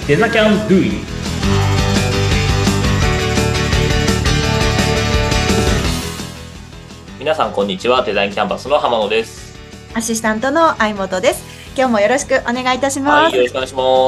デザキャンドゥイ。皆さんこんにちは。デザインキャンパスの浜野です。 アシスタントの相本です。今日もよろしくお願いいたしはい、 ます。 よろしくお願いします。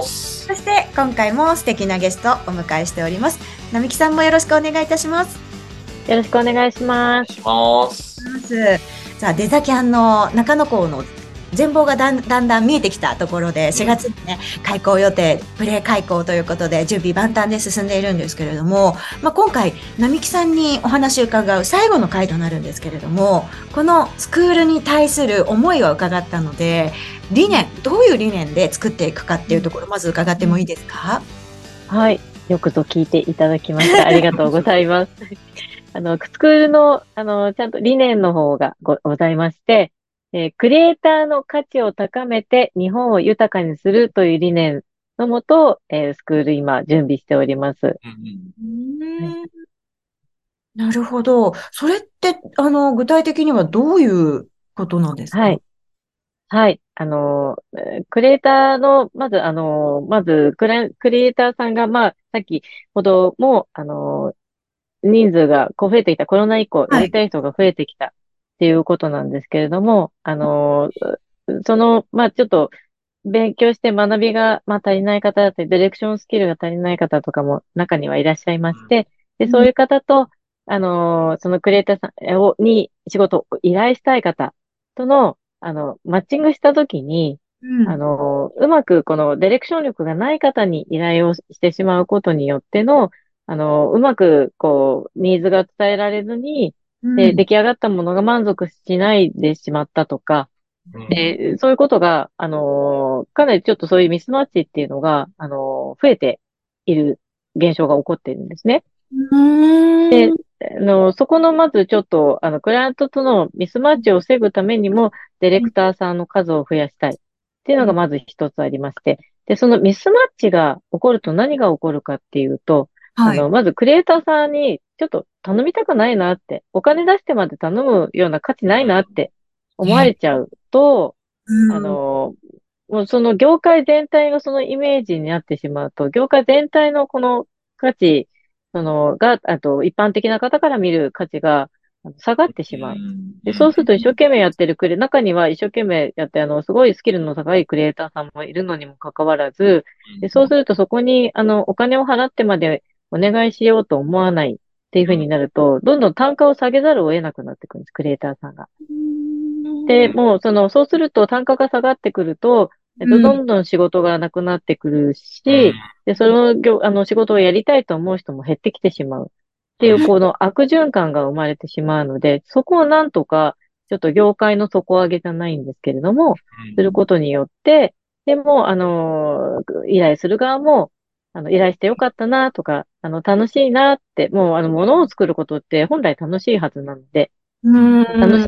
そして今回も素敵なゲストをお迎えしております。並木さんもよろしくお願いいたします。 よろしくお願いしお願います。 します。 さあ、デザキャンの中野校の全貌がだんだん見えてきたところで、4月にね、開校予定、プレ開校ということで、準備万端で進んでいるんですけれども、今回、並木さんにお話を伺う最後の回となるんですけれども、このスクールに対する思いを伺ったので、どういう理念で作っていくかっていうところ、まず伺ってもいいですか？ はい。よくぞ聞いていただきました。ありがとうございます。スクールの、ちゃんと理念の方がございまして、クリエイターの価値を高めて日本を豊かにするという理念のもと、スクール今準備しております。はい。 なるほど。それって、具体的にはどういうことなんですか？ はい。はい。クリエイターの、まずクリエイターさんが、さっきほども、人数が増えてきた、コロナ以降、やはい。 りたい人が増えてきたっていうことなんですけれども、ちょっと、勉強して学びが、足りない方だったり、ディレクションスキルが足りない方とかも中にはいらっしゃいまして、で、そういう方と、そのクリエイターさんに仕事を依頼したい方との、マッチングしたときに、 うん。 うまくこのディレクション力がない方に依頼をしてしまうことによっての、うまく、ニーズが伝えられずに、で、 うん。 出来上がったものが満足しないでしまったとか、 うん。 で、そういうことが、かなりちょっとそういうミスマッチっていうのが、増えている現象が起こっているんですね。 うーん。 そこのまずちょっと、クライアントとのミスマッチを防ぐためにも、ディレクターさんの数を増やしたいっていうのがまず一つありまして、で、そのミスマッチが起こると何が起こるかっていうと、 はい。 まずクリエイターさんにちょっと頼みたくないなって、お金出してまで頼むような価値ないなって思わね。 れちゃうと、あうん。 の、もうその業界全体がそのイメージになってしまうと、業界全体のこの価値、あと一般的な方から見る価値が下がってしまう。で、そうすると一生懸命やってる中には一生懸命やって、すごいスキルの高いクリエイターさんもいるのにもかかわらず、で、そうするとそこに、お金を払ってまでお願いしようと思わないっていうふうになると、どんどん単価を下げざるを得なくなってくるんです、クリエイターさんが。で、もう、そうすると単価が下がってくると、どんどん仕事がなくなってくるし、で、その仕事をやりたいと思う人も減ってきてしまうっていう、この悪循環が生まれてしまうので、そこをなんとか、ちょっと業界の底上げじゃないんですけれども、することによって、でも、依頼する側も、依頼してよかったなとか、楽しいなって、もう、物を作ることって本来楽しいはずなので、 うん。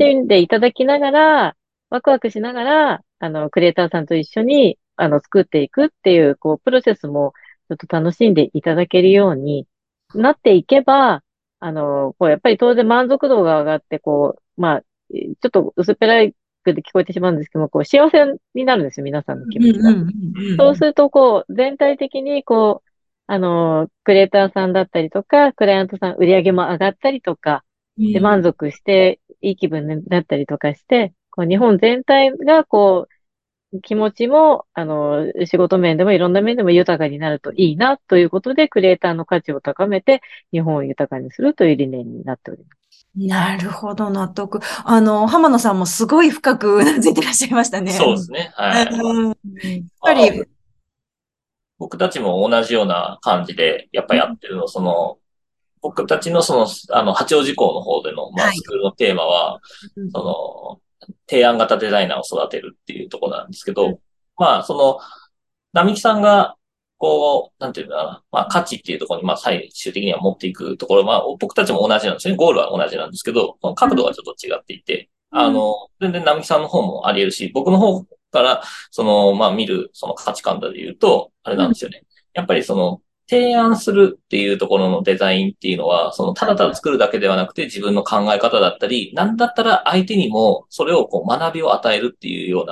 楽しんでいただきながら、ワクワクしながら、クリエイターさんと一緒に、作っていくっていう、プロセスも、ちょっと楽しんでいただけるようになっていけば、やっぱり当然満足度が上がって、ちょっと薄っぺらいくで聞こえてしまうんですけども、幸せになるんですよ、皆さんの気持ちが。そうすると、全体的に、クリエイターさんだったりとか、クライアントさん売り上げも上がったりとか、で、満足して、いい気分になったりとかして、日本全体が、気持ちも、仕事面でもいろんな面でも豊かになるといいな、ということで、クリエイターの価値を高めて、日本を豊かにするという理念になっております。 なるほど、納得。浜野さんもすごい深くうなずいてらっしゃいましたね。 そうですね。はい。 やっぱまあ、 り、 僕たちも同じような感じで、やっぱやってるの、僕たちの八王子校の方での、 はい。 スクールのテーマは、提案型デザイナーを育てるっていうところなんですけど、並木さんが、なんていうのかな、価値っていうところに、最終的には持っていくところ、僕たちも同じなんですよね。ゴールは同じなんですけど、その角度がちょっと違っていて、全然並木さんの方もあり得るし、僕の方から、見る、その価値観で言うと、あれなんですよね。やっぱり提案するっていうところのデザインっていうのは、ただただ作るだけではなくて自分の考え方だったり、なんだったら相手にもそれを学びを与えるっていうような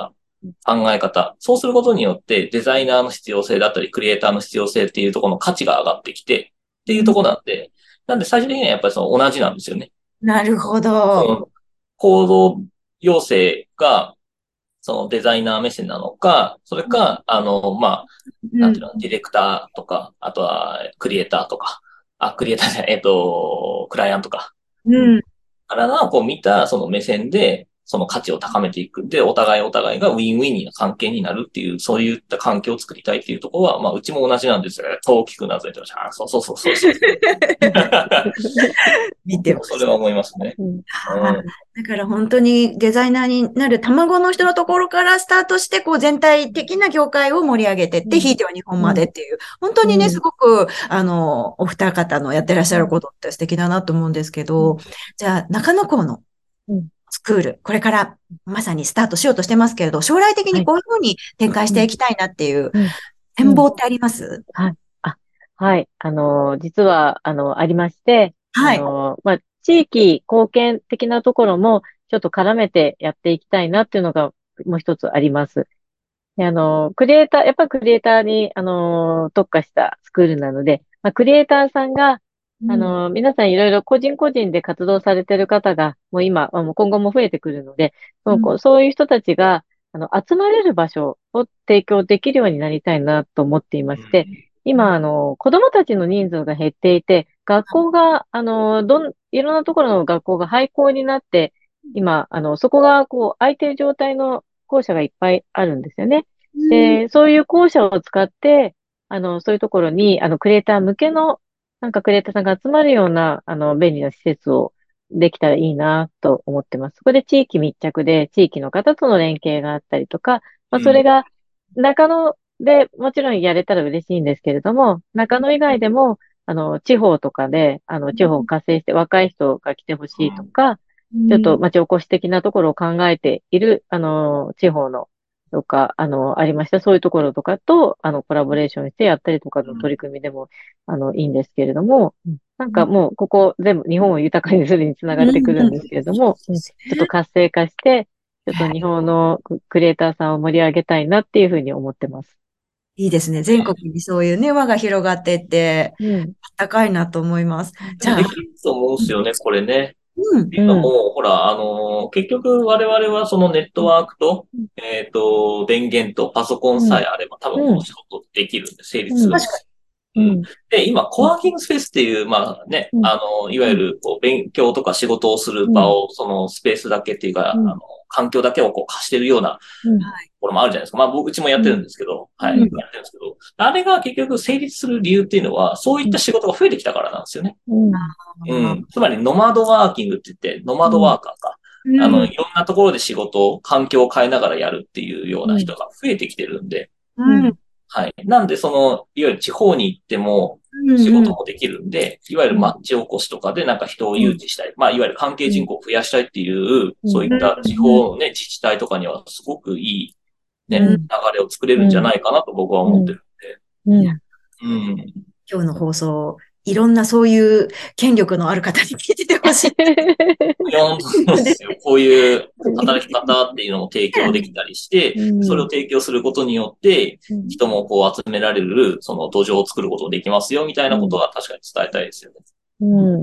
考え方。そうすることによってデザイナーの必要性だったり、クリエイターの必要性っていうところの価値が上がってきて、っていうところなんで、なんで最終的にはやっぱりその同じなんですよね。 なるほど。 その行動要請が、そのデザイナー目線なのか、それか、なんていうの、ディレクターとか、あとはクリエイターとか、クリエイターじゃない、クライアントか。 うん。 からが、こう見たその目線で、その価値を高めていく。で、お互いがウィンウィンな関係になるっていう、そういった環境を作りたいっていうところは、まあ、うちも同じなんですよ。大きくなずれてました。そうそうそうそうそう。 見てました。 それは思いますね。 うん。 ああ、だから本当にデザイナーになる卵の人のところからスタートして、こう全体的な業界を盛り上げてって、ひいては日本までっていう、本当にね、すごく、お二方のやってらっしゃることって素敵だなと思うんですけど、じゃあ、中野校のスクール、これからまさにスタートしようとしてますけれど、将来的はい。 にこういうふうに展開していきたいなっていううん。うん。 展望ってあります？ はい。はい。実は、ありまして、 はい。 地域貢献的なところも、ちょっと絡めてやっていきたいなっていうのが、もう一つあります。で、やっぱりクリエイターに、特化したスクールなので、クリエイターさんが、 うん。 皆さんいろいろ個人個人で活動されてる方が、もう今、もう今後も増えてくるので、そういう人たちが、集まれる場所を提供できるようになりたいなと思っていまして、今、子供たちの人数が減っていて、学校が、いろんなところの学校が廃校になって、今、そこが、空いてる状態の校舎がいっぱいあるんですよね。で、そういう校舎を使って、そういうところに、クリエイター向けの、なんかクリエイターさんが集まるような、便利な施設をできたらいいなと思ってます。そこで地域密着で、地域の方との連携があったりとか、それが、中野でもちろんやれたら嬉しいんですけれども、中野以外でも、地方とかで、地方を活性して若い人が来てほしいとか、ちょっと町おこし的なところを考えている、地方のとか、ありました。そういうところとかと、コラボレーションしてやったりとかの取り組みでも、いいんですけれども、なんかもう、ここ全部日本を豊かにするにつながってくるんですけれども、ちょっと活性化して、ちょっと日本のクリエイターさんを盛り上げたいなっていうふうに思ってます。 いいですね。全国にそういうね、輪が広がっていって、 うん。 高いなと思います。じゃあ、 でもできると思うんですよね、これね。 うん、 っていうのうん。 も、ほら、結局我々はそのネットワークと、電源とパソコンうん。 さえあれば多分こうん。 の仕事できるんで、成立すうん。 るんで確かす。うん。 うん。 で、今、コワーキングスペースっていう、まあね、 うん。 いわゆるこう勉強とか仕事をするうん。 場を、そのスペースだけっていうか、 うん。 環境だけをこう貸してるようなうん。 に。はい。 ころもあるじゃないですか。まあ、うちもやってるんですけど、はい、やうん、 ってるんですけど、あれが結局成立する理由っていうのは、そういった仕事が増えてきたからなんですよね。 うん。 うん。つまり、ノマドワーキングって言って、ノマドうん。 ワーカーか。 うん、 いろんなところで仕事を、環境を変えながらやるっていうよううん。 な人が増えてきてるんで、 うん、 うん。 はい。なんで、いわゆる地方に行ってもうん、うん、 仕事もできるんで、いわゆるうん。 町おこしとかでなんか人をうん。 誘致したい。まあ、いわゆる関係人口を増やしたいっていう、 うん。 そういった地方のね、自治体とかにはすごくいいね、 うん。 うん。 流れを作れるんじゃないかなと僕は思ってるんで。 いや、 うん。 うん。 今日の放送、いろんなそういう権力のある方に聞いててほしいいや、本当そうでですよ。こういううん。 働き方っていうのも提供できたりして、 うそれをん。 提供することによって、 うん。 人もこう集められる、その土壌を作ることができますよ、みたいなことは確かに伝えたいですよね。 うん。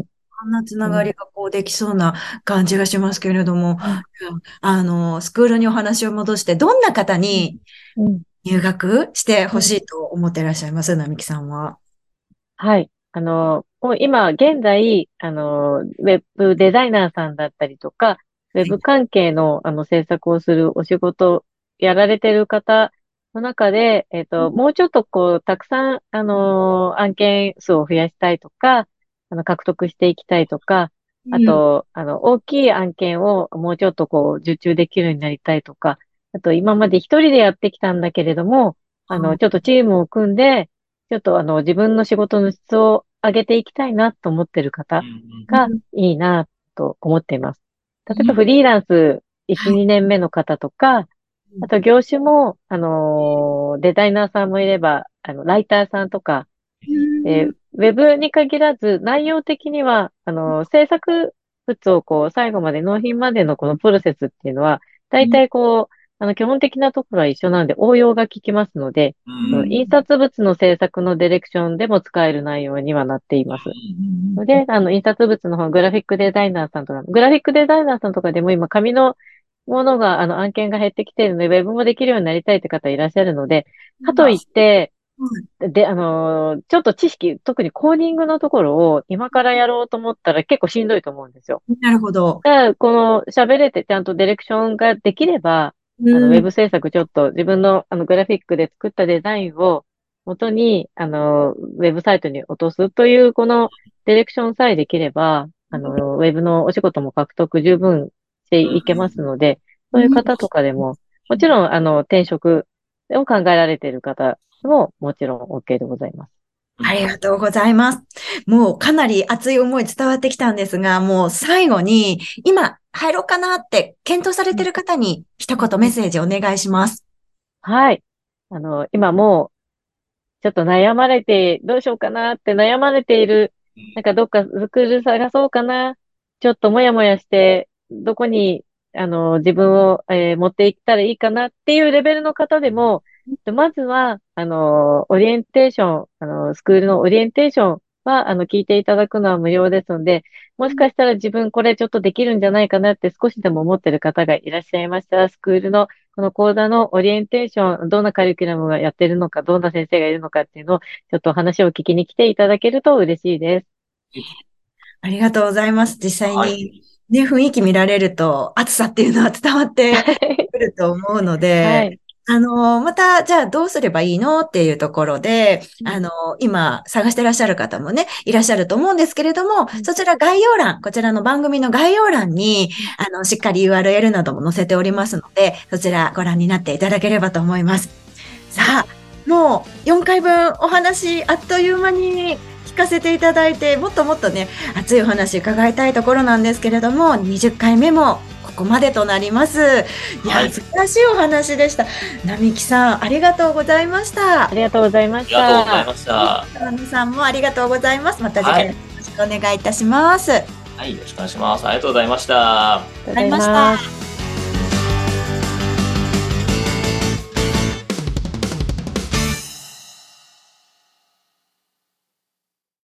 こんなつながりうん。 がこうできそうな感じがしますけれども、 うん。 スクールにお話を戻して、どんな方にうん。 入学してうん。 ほしいと思っていらっしゃいます並木さんは？ はい。もう今現在、ウェブデザイナーさんだったりとか、ウェはい。 ブ関係の制作をするお仕事やられてる方の中で、もうちょっとたくさん、案件数を増やしたいとか、獲得していきたいとか、あうん。 と、大きい案件をもうちょっと受注できるようになりたいとか、あと今まで一人でやってきたんだけれども、ちょっとチームを組んで、ちょっと自分の仕事の質を上げていきたいなと思ってる方うんがうん。 いいなと思っています。例えばうん。 フリーランス1、 はい。 2年目の方とか、あと業種も、デザイナーさんもいれば、ライターさんとか、 うん。 ウェブに限らず、内容的には、制作物を最後まで納品までのこのプロセスっていうのは、大体基本的なところは一緒なので応用が効きますので、印刷物の制作のディレクションでも使える内容にはなっています。ので、印刷物の方、グラフィックデザイナーさんとか、グラフィックデザイナーさんとかでも今、紙のものが、案件が減ってきているので、ウェブもできるようになりたいって方いらっしゃるので、かといって、で、ちょっと知識、特にコーディングのところを今からやろうと思ったら結構しんどいと思うんですよ。 なるほど。 だからこの喋れてちゃんとディレクションができれば、ウェブ制作ちょっと自分のグラフィックで作ったデザインを元に、ウェブサイトに落とすという、このディレクションさえできれば、ウェブのお仕事も獲得十分していけますので、そういう方とかでも、もちろん、転職を考えられている方ももちろん OK でございます。 ありがとうございます。もうかなり熱い思い伝わってきたんですが、もう最後に、今入ろうかなって検討されている方に一言メッセージお願いします。 はい。今もう、ちょっと悩まれて、どうしようかなって悩まれている、なんかどっかスクール探そうかな、ちょっともやもやして、どこに、自分を、持っていったらいいかなっていうレベルの方でも、まずは、オリエンテーション、スクールのオリエンテーションは、聞いていただくのは無料ですので、もしかしたら自分これちょっとできるんじゃないかなって少しでも思ってる方がいらっしゃいましたら、スクールのこの講座のオリエンテーション、どんなカリキュラムがやってるのか、どんな先生がいるのかっていうのを、ちょっと話を聞きに来ていただけると嬉しいです。 ありがとうございます。実際はにね、雰囲気見られると、暑さっていうのは伝わってくると思うので、 はい。 また、じゃあどうすればいいのっていうところで、今探してらっしゃる方もね、いらっしゃると思うんですけれども、そちら概要欄、こちらの番組の概要欄に、しっかり URL なども載せておりますので、そちらご覧になっていただければと思います。さあ、もう4回分お話、あっという間に聞かせていただいて、もっともっとね、熱いお話伺いたいところなんですけれども、20回目もここまでとなります。いや、素晴らしいお話でした。並木さん、ありがとうございました。 ありがとうございましありがとうございた。 ました。 並木さんもありがとうございます。また次回よろしくお願いいたします。 はい、よろしくお願いします。ありがとうございました。 ありがとうございます。